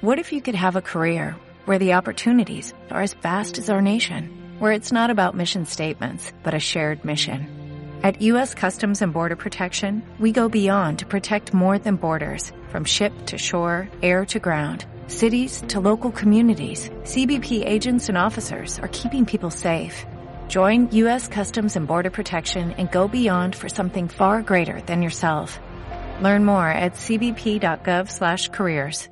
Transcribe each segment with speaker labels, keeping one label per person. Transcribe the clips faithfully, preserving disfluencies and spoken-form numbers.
Speaker 1: What if you could have a career where the opportunities are as vast as our nation, where it's not about mission statements, but a shared mission? At U S Customs and Border Protection, we go beyond to protect more than borders, from ship to shore, air to ground, cities to local communities. C B P agents and officers are keeping people safe. Join U S Customs and Border Protection and go beyond for something far greater than yourself. Learn more at c b p dot gov slash careers.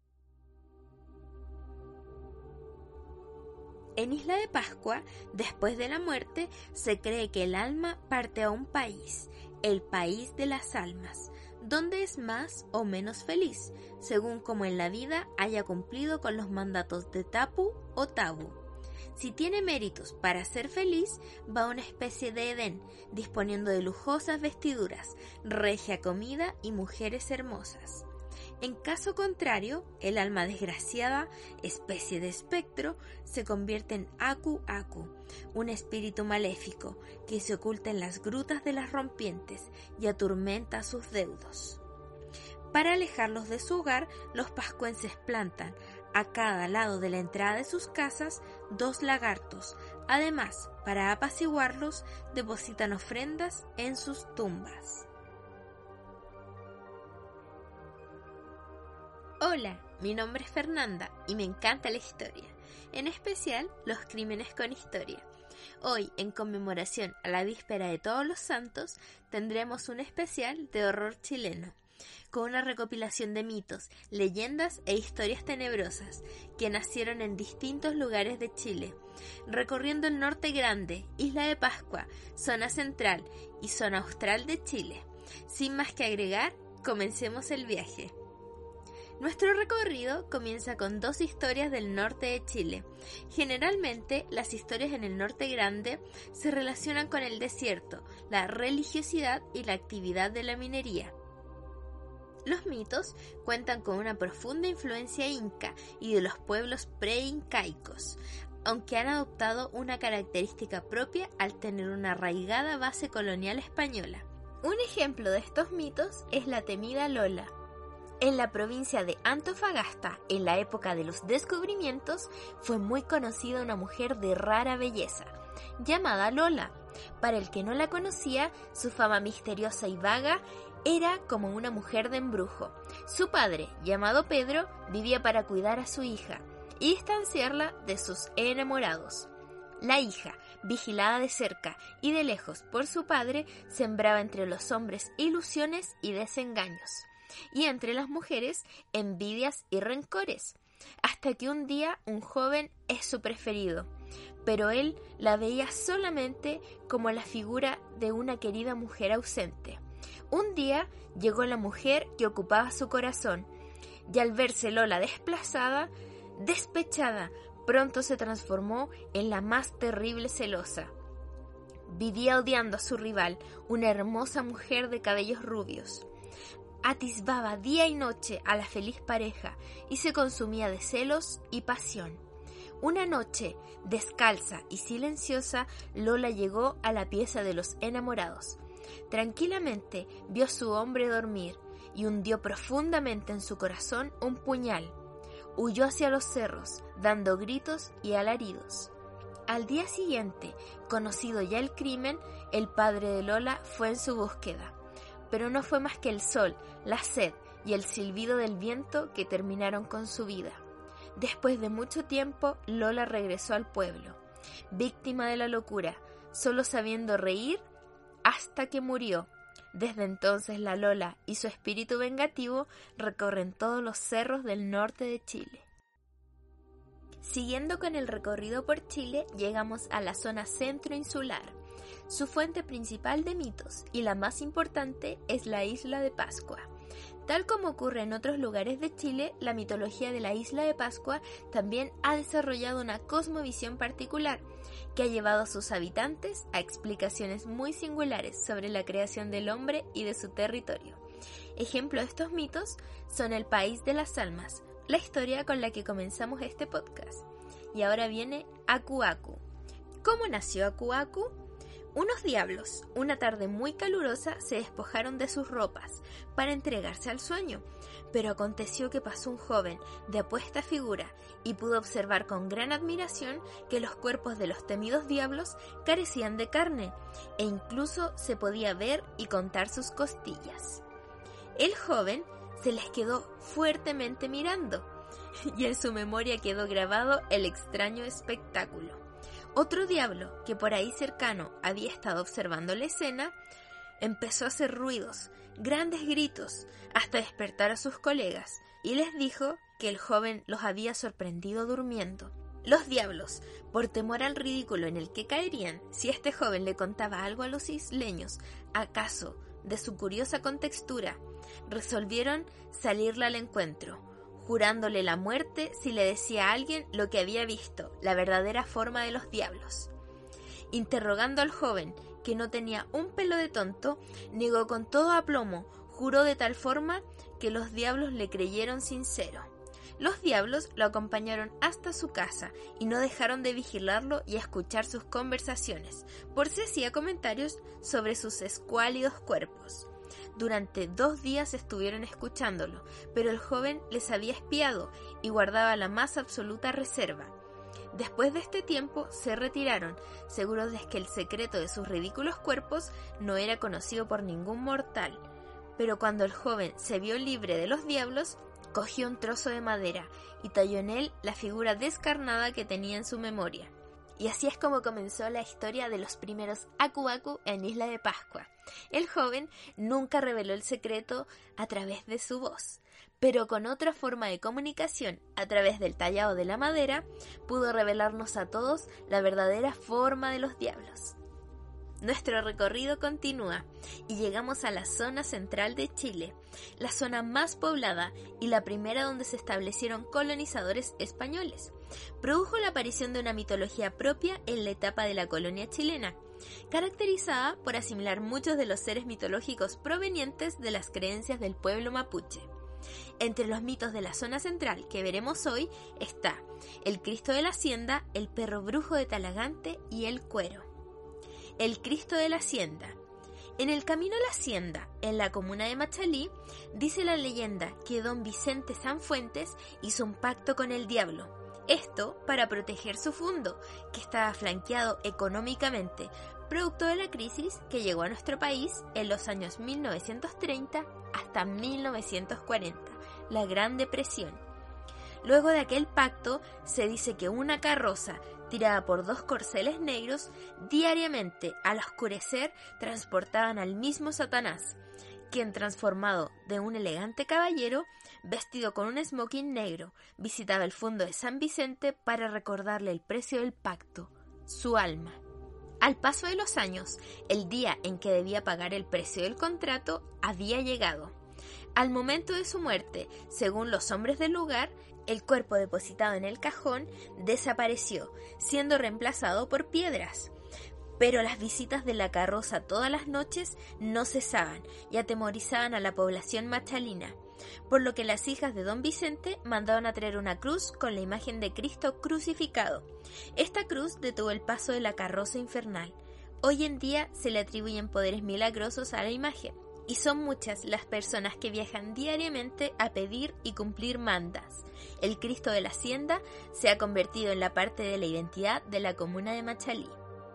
Speaker 2: En Isla de Pascua, después de la muerte, se cree que el alma parte a un país, el país de las almas, donde es más o menos feliz, según como en la vida haya cumplido con los mandatos de Tapu o Tabu. Si tiene méritos para ser feliz, va a una especie de Edén, disponiendo de lujosas vestiduras, regia comida y mujeres hermosas. En caso contrario, el alma desgraciada, especie de espectro, se convierte en Aku Aku, un espíritu maléfico que se oculta en las grutas de las rompientes y atormenta a sus deudos. Para alejarlos de su hogar, los pascuenses plantan, a cada lado de la entrada de sus casas, dos lagartos. Además, para apaciguarlos, depositan ofrendas en sus tumbas. Hola, mi nombre es Fernanda y me encanta la historia, en especial los crímenes con historia. Hoy, en conmemoración a la víspera de Todos los Santos, tendremos un especial de horror chileno, con una recopilación de mitos, leyendas e historias tenebrosas que nacieron en distintos lugares de Chile, recorriendo el Norte Grande, Isla de Pascua, zona central y zona austral de Chile. Sin más que agregar, comencemos el viaje. Nuestro recorrido comienza con dos historias del norte de Chile. Generalmente, las historias en el Norte Grande se relacionan con el desierto, la religiosidad y la actividad de la minería. Los mitos cuentan con una profunda influencia inca y de los pueblos pre-incaicos, aunque han adoptado una característica propia al tener una arraigada base colonial española. Un ejemplo de estos mitos es la temida Lola. En la provincia de Antofagasta, en la época de los descubrimientos, fue muy conocida una mujer de rara belleza, llamada Lola. Para el que no la conocía, su fama misteriosa y vaga era como una mujer de embrujo. Su padre, llamado Pedro, vivía para cuidar a su hija y distanciarla de sus enamorados. La hija, vigilada de cerca y de lejos por su padre, sembraba entre los hombres ilusiones y desengaños, y entre las mujeres envidias y rencores, hasta que un día un joven es su preferido, pero él la veía solamente como la figura de una querida mujer ausente. Un día llegó la mujer que ocupaba su corazón, y al verse Lola desplazada, despechada, pronto se transformó en la más terrible celosa. Vivía odiando a su rival, una hermosa mujer de cabellos rubios. Atisbaba día y noche a la feliz pareja y se consumía de celos y pasión. Una noche, descalza y silenciosa, Lola llegó a la pieza de los enamorados. Tranquilamente vio a su hombre dormir y hundió profundamente en su corazón un puñal. Huyó hacia los cerros, dando gritos y alaridos. Al día siguiente, conocido ya el crimen, el padre de Lola fue en su búsqueda. Pero no fue más que el sol, la sed y el silbido del viento que terminaron con su vida. Después de mucho tiempo, Lola regresó al pueblo, víctima de la locura, solo sabiendo reír hasta que murió. Desde entonces la Lola y su espíritu vengativo recorren todos los cerros del norte de Chile. Siguiendo con el recorrido por Chile, llegamos a la zona centro-insular. Su fuente principal de mitos y la más importante es la Isla de Pascua. Tal como ocurre en otros lugares de Chile, la mitología de la Isla de Pascua también ha desarrollado una cosmovisión particular que ha llevado a sus habitantes a explicaciones muy singulares sobre la creación del hombre y de su territorio. Ejemplo de estos mitos son el País de las Almas, la historia con la que comenzamos este podcast. Y ahora viene Aku Aku. ¿Cómo nació Aku Aku? Unos diablos, una tarde muy calurosa, se despojaron de sus ropas para entregarse al sueño, pero aconteció que pasó un joven de apuesta figura y pudo observar con gran admiración que los cuerpos de los temidos diablos carecían de carne, e incluso se podía ver y contar sus costillas. El joven se les quedó fuertemente mirando, y en su memoria quedó grabado el extraño espectáculo. Otro diablo, que por ahí cercano había estado observando la escena, empezó a hacer ruidos, grandes gritos, hasta despertar a sus colegas, y les dijo que el joven los había sorprendido durmiendo. Los diablos, por temor al ridículo en el que caerían si este joven le contaba algo a los isleños, acaso de su curiosa contextura, resolvieron salirle al encuentro, jurándole la muerte si le decía a alguien lo que había visto, la verdadera forma de los diablos. Interrogando al joven, que no tenía un pelo de tonto, negó con todo aplomo, juró de tal forma que los diablos le creyeron sincero. Los diablos lo acompañaron hasta su casa y no dejaron de vigilarlo y escuchar sus conversaciones, por si hacía comentarios sobre sus escuálidos cuerpos. Durante dos días estuvieron escuchándolo, pero el joven les había espiado y guardaba la más absoluta reserva. Después de este tiempo se retiraron, seguros de que el secreto de sus ridículos cuerpos no era conocido por ningún mortal. Pero cuando el joven se vio libre de los diablos, cogió un trozo de madera y talló en él la figura descarnada que tenía en su memoria. Y así es como comenzó la historia de los primeros Aku Aku en Isla de Pascua. El joven nunca reveló el secreto a través de su voz, pero con otra forma de comunicación, a través del tallado de la madera, pudo revelarnos a todos la verdadera forma de los diablos. Nuestro recorrido continúa y llegamos a la zona central de Chile, la zona más poblada y la primera donde se establecieron colonizadores españoles. Produjo la aparición de una mitología propia en la etapa de la colonia chilena, caracterizada por asimilar muchos de los seres mitológicos provenientes de las creencias del pueblo mapuche. Entre los mitos de la zona central que veremos hoy está el Cristo de la Hacienda, el perro brujo de Talagante y el cuero. El Cristo de la Hacienda. En el camino a la hacienda, en la comuna de Machalí, dice la leyenda que don Vicente Sanfuentes hizo un pacto con el diablo. Esto para proteger su fundo, que estaba flanqueado económicamente, producto de la crisis que llegó a nuestro país en los años mil novecientos treinta hasta mil novecientos cuarenta, la Gran Depresión. Luego de aquel pacto, se dice que una carroza tirada por dos corceles negros, diariamente al oscurecer transportaban al mismo Satanás, quien transformado de un elegante caballero, vestido con un smoking negro, visitaba el fondo de San Vicente para recordarle el precio del pacto, su alma. Al paso de los años, el día en que debía pagar el precio del contrato había llegado. Al momento de su muerte, según los hombres del lugar, el cuerpo depositado en el cajón desapareció, siendo reemplazado por piedras. Pero las visitas de la carroza todas las noches no cesaban y atemorizaban a la población machalina, por lo que las hijas de don Vicente mandaron a traer una cruz con la imagen de Cristo crucificado. Esta cruz detuvo el paso de la carroza infernal. Hoy en día se le atribuyen poderes milagrosos a la imagen, y son muchas las personas que viajan diariamente a pedir y cumplir mandas. El Cristo de la Hacienda se ha convertido en la parte de la identidad de la comuna de Machalí.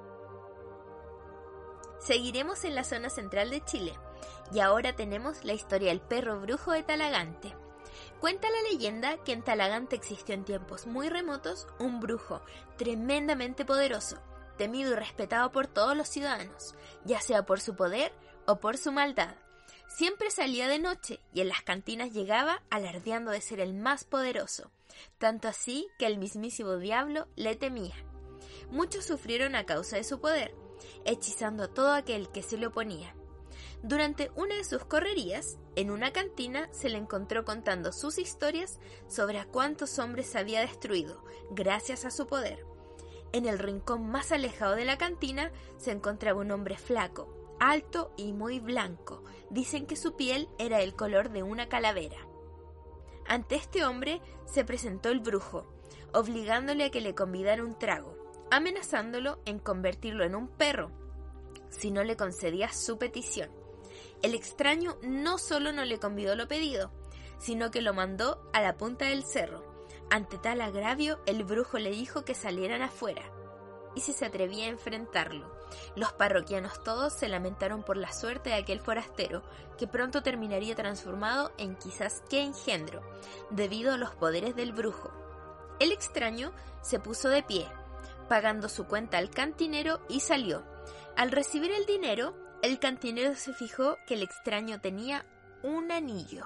Speaker 2: Seguiremos en la zona central de Chile, y ahora tenemos la historia del perro brujo de Talagante. Cuenta la leyenda que en Talagante existió en tiempos muy remotos un brujo tremendamente poderoso, temido y respetado por todos los ciudadanos, ya sea por su poder o por su maldad. Siempre salía de noche y en las cantinas llegaba alardeando de ser el más poderoso, tanto así que el mismísimo diablo le temía. Muchos sufrieron a causa de su poder, hechizando a todo aquel que se le oponía. Durante una de sus correrías, en una cantina se le encontró contando sus historias sobre a cuántos hombres había destruido gracias a su poder. En el rincón más alejado de la cantina se encontraba un hombre flaco, alto y muy blanco. Dicen que su piel era el color de una calavera. Ante este hombre se presentó el brujo, obligándole a que le convidara un trago, amenazándolo en convertirlo en un perro. si no le concedía su petición. El extraño no solo no le convidó lo pedido, sino que lo mandó a la punta del cerro. Ante tal agravio, el brujo le dijo que salieran afuera, y si se atrevía a enfrentarlo. Los parroquianos todos se lamentaron por la suerte de aquel forastero, que pronto terminaría transformado en quizás qué engendro, debido a los poderes del brujo. El extraño se puso de pie, pagando su cuenta al cantinero, y salió. Al recibir el dinero, el cantinero se fijó que el extraño tenía un anillo.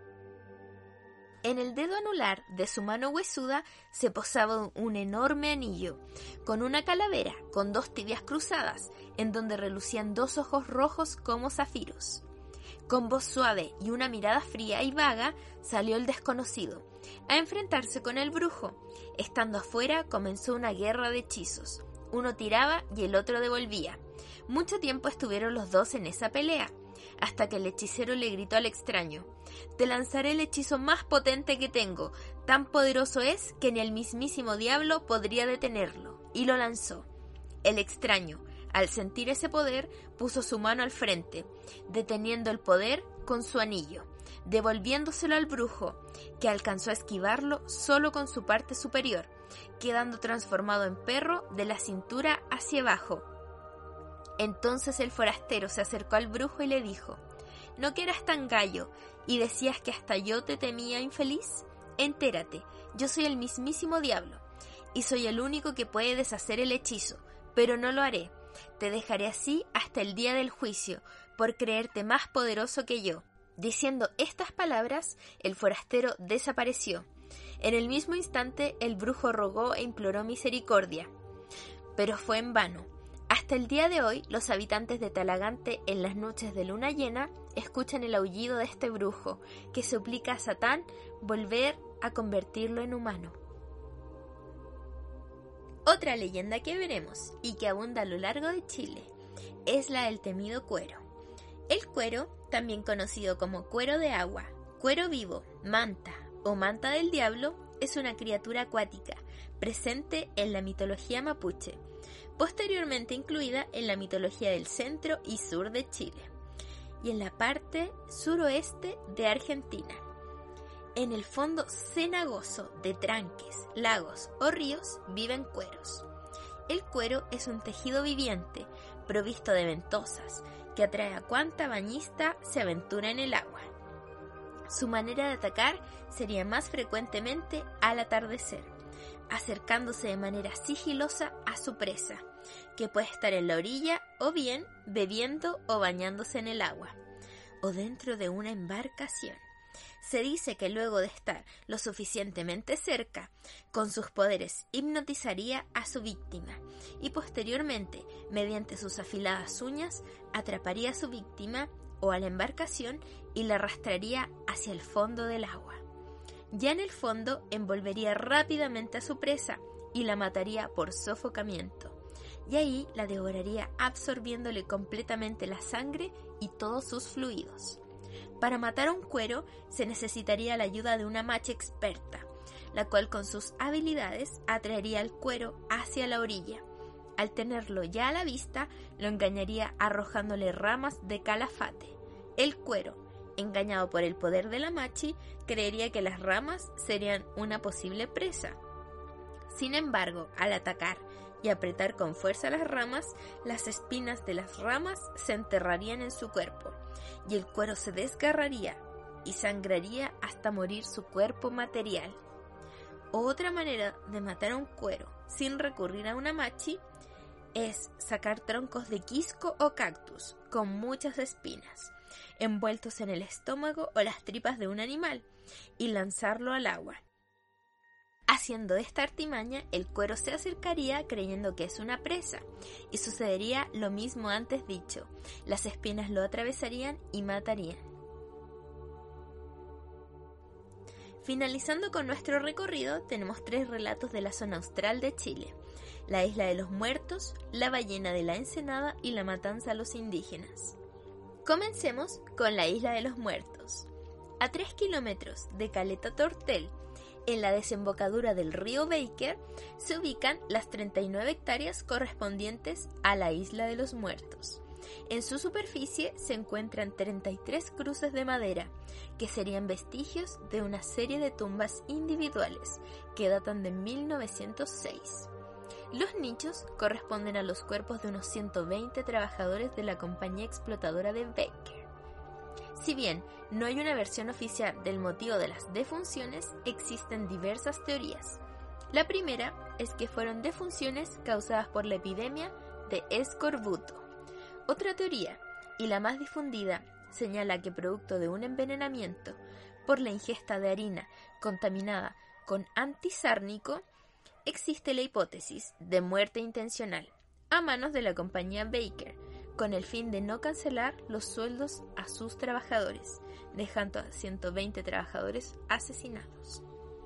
Speaker 2: En el dedo anular de su mano huesuda se posaba un enorme anillo, con una calavera, con dos tibias cruzadas, en donde relucían dos ojos rojos como zafiros. Con voz suave y una mirada fría y vaga, salió el desconocido a enfrentarse con el brujo. Estando afuera, comenzó una guerra de hechizos. Uno tiraba y el otro devolvía. Mucho tiempo estuvieron los dos en esa pelea, hasta que el hechicero le gritó al extraño: «Te lanzaré el hechizo más potente que tengo, tan poderoso es que ni el mismísimo diablo podría detenerlo», y lo lanzó. El extraño, al sentir ese poder, puso su mano al frente, deteniendo el poder con su anillo, devolviéndoselo al brujo, que alcanzó a esquivarlo solo con su parte superior, quedando transformado en perro de la cintura hacia abajo. Entonces el forastero se acercó al brujo y le dijo: «¿No que eras tan gallo y decías que hasta yo te temía, infeliz? Entérate, yo soy el mismísimo diablo, y soy el único que puede deshacer el hechizo, pero no lo haré. Te dejaré así hasta el día del juicio, por creerte más poderoso que yo». Diciendo estas palabras, el forastero desapareció. En el mismo instante, el brujo rogó e imploró misericordia, pero fue en vano. Hasta el día de hoy, los habitantes de Talagante, en las noches de luna llena, escuchan el aullido de este brujo, que suplica a Satán volver a convertirlo en humano. Otra leyenda que veremos, y que abunda a lo largo de Chile, es la del temido cuero. El cuero, también conocido como cuero de agua, cuero vivo, manta o manta del diablo, es una criatura acuática presente en la mitología mapuche, posteriormente incluida en la mitología del centro y sur de Chile, y en la parte suroeste de Argentina. En el fondo cenagoso de tranques, lagos o ríos viven cueros. El cuero es un tejido viviente, provisto de ventosas, que atrae a cuanta bañista se aventura en el agua. Su manera de atacar sería más frecuentemente al atardecer, acercándose de manera sigilosa a su presa, que puede estar en la orilla o bien bebiendo o bañándose en el agua, o dentro de una embarcación. Se dice que luego de estar lo suficientemente cerca, con sus poderes hipnotizaría a su víctima y posteriormente, mediante sus afiladas uñas, atraparía a su víctima o a la embarcación y la arrastraría hacia el fondo del agua. Ya en el fondo, envolvería rápidamente a su presa y la mataría por sofocamiento, y ahí la devoraría absorbiéndole completamente la sangre y todos sus fluidos. Para matar a un cuero se necesitaría la ayuda de una macha experta, la cual con sus habilidades atraería al cuero hacia la orilla. Al tenerlo ya a la vista, lo engañaría arrojándole ramas de calafate. El cuero, engañado por el poder de la machi, creería que las ramas serían una posible presa. Sin embargo, al atacar y apretar con fuerza las ramas, las espinas de las ramas se enterrarían en su cuerpo, y el cuero se desgarraría y sangraría hasta morir su cuerpo material. Otra manera de matar a un cuero sin recurrir a una machi es sacar troncos de quisco o cactus con muchas espinas, envueltos en el estómago o las tripas de un animal, y lanzarlo al agua. Haciendo esta artimaña, el cuero se acercaría creyendo que es una presa, y sucedería lo mismo antes dicho. Las espinas lo atravesarían y matarían. Finalizando con nuestro recorrido, tenemos tres relatos de la zona austral de Chile: la isla de los muertos, la ballena de la Ensenada y la matanza a los indígenas. Comencemos con la isla de los muertos. A tres kilómetros de Caleta Tortel, en la desembocadura del río Baker, se ubican las treinta y nueve hectáreas correspondientes a la isla de los muertos. En su superficie se encuentran treinta y tres cruces de madera, que serían vestigios de una serie de tumbas individuales que datan de mil novecientos seis. Los nichos corresponden a los cuerpos de unos ciento veinte trabajadores de la compañía explotadora de Baker. Si bien no hay una versión oficial del motivo de las defunciones, existen diversas teorías. La primera es que fueron defunciones causadas por la epidemia de escorbuto. Otra teoría, y la más difundida, señala que producto de un envenenamiento por la ingesta de harina contaminada con antisárnico, existe la hipótesis de muerte intencional a manos de la compañía Baker, con el fin de no cancelar los sueldos a sus trabajadores, dejando a ciento veinte trabajadores asesinados.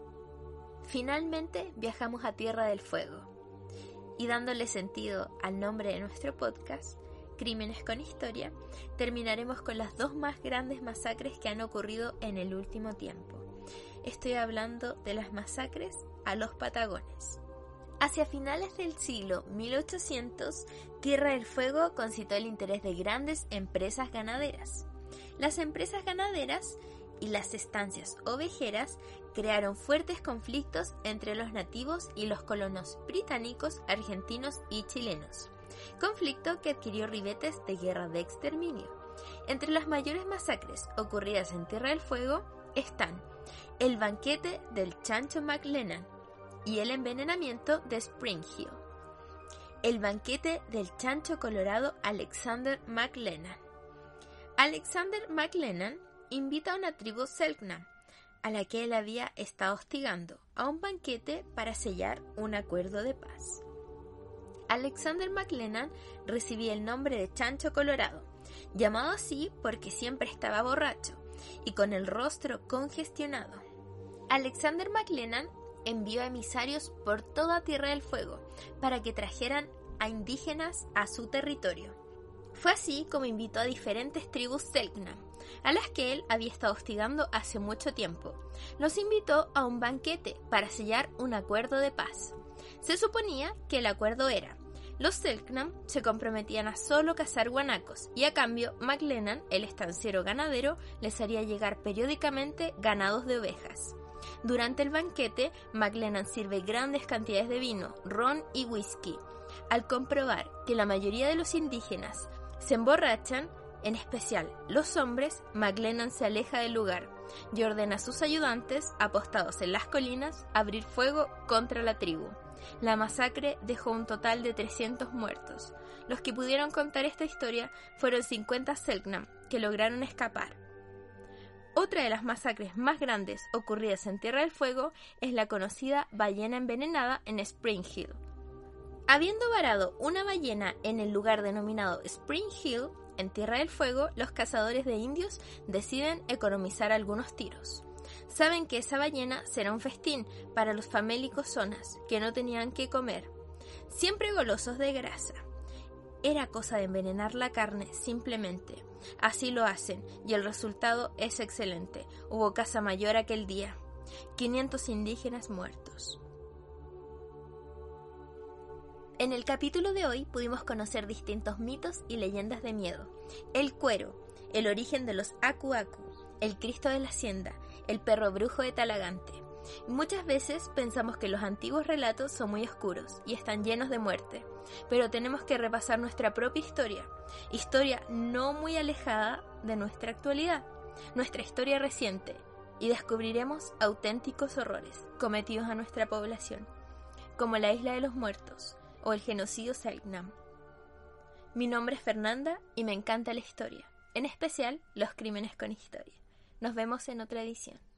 Speaker 2: Finalmente viajamos a Tierra del Fuego, y dándole sentido al nombre de nuestro podcast, Crímenes con Historia, terminaremos con las dos más grandes masacres que han ocurrido en el último tiempo. Estoy hablando de las masacres a los Patagones. Hacia finales del siglo mil ochocientos, Tierra del Fuego concitó el interés de grandes empresas ganaderas. Las empresas ganaderas y las estancias ovejeras crearon fuertes conflictos entre los nativos y los colonos británicos, argentinos y chilenos. Conflicto que adquirió ribetes de guerra de exterminio. Entre las mayores masacres ocurridas en Tierra del Fuego están el banquete del Chancho McLennan y el envenenamiento de Spring Hill. El banquete del chancho colorado Alexander McLennan. Alexander McLennan invita a una tribu Selknam, a la que él había estado hostigando, a un banquete para sellar un acuerdo de paz. Alexander McLennan recibía el nombre de Chancho Colorado, llamado así porque siempre estaba borracho y con el rostro congestionado. Alexander McLennan envió emisarios por toda Tierra del Fuego para que trajeran a indígenas a su territorio. Fue así como invitó a diferentes tribus Selknam, a las que él había estado hostigando hace mucho tiempo. Los invitó a un banquete para sellar un acuerdo de paz. Se suponía que el acuerdo era: los Selknam se comprometían a solo cazar guanacos y a cambio McLennan, el estanciero ganadero, les haría llegar periódicamente ganados de ovejas. Durante el banquete, McLennan sirve grandes cantidades de vino, ron y whisky. Al comprobar que la mayoría de los indígenas se emborrachan, en especial los hombres, McLennan se aleja del lugar y ordena a sus ayudantes, apostados en las colinas, abrir fuego contra la tribu. La masacre dejó un total de trescientos muertos. Los que pudieron contar esta historia fueron cincuenta Selknam, que lograron escapar. Otra de las masacres más grandes ocurridas en Tierra del Fuego es la conocida ballena envenenada en Spring Hill. Habiendo varado una ballena en el lugar denominado Spring Hill, en Tierra del Fuego, los cazadores de indios deciden economizar algunos tiros. Saben que esa ballena será un festín para los famélicos zonas que no tenían que comer, siempre golosos de grasa. Era cosa de envenenar la carne simplemente. Así lo hacen y el resultado es excelente. Hubo caza mayor aquel día. quinientos indígenas muertos. En el capítulo de hoy pudimos conocer distintos mitos y leyendas de miedo. El cuero, el origen de los Aku Aku, el Cristo de la Hacienda, el perro brujo de Talagante. Muchas veces pensamos que los antiguos relatos son muy oscuros y están llenos de muerte, pero tenemos que repasar nuestra propia historia, historia no muy alejada de nuestra actualidad, nuestra historia reciente, y descubriremos auténticos horrores cometidos a nuestra población, como la Isla de los Muertos o el genocidio Selknam. Mi nombre es Fernanda y me encanta la historia, en especial los crímenes con historia. Nos vemos en otra edición.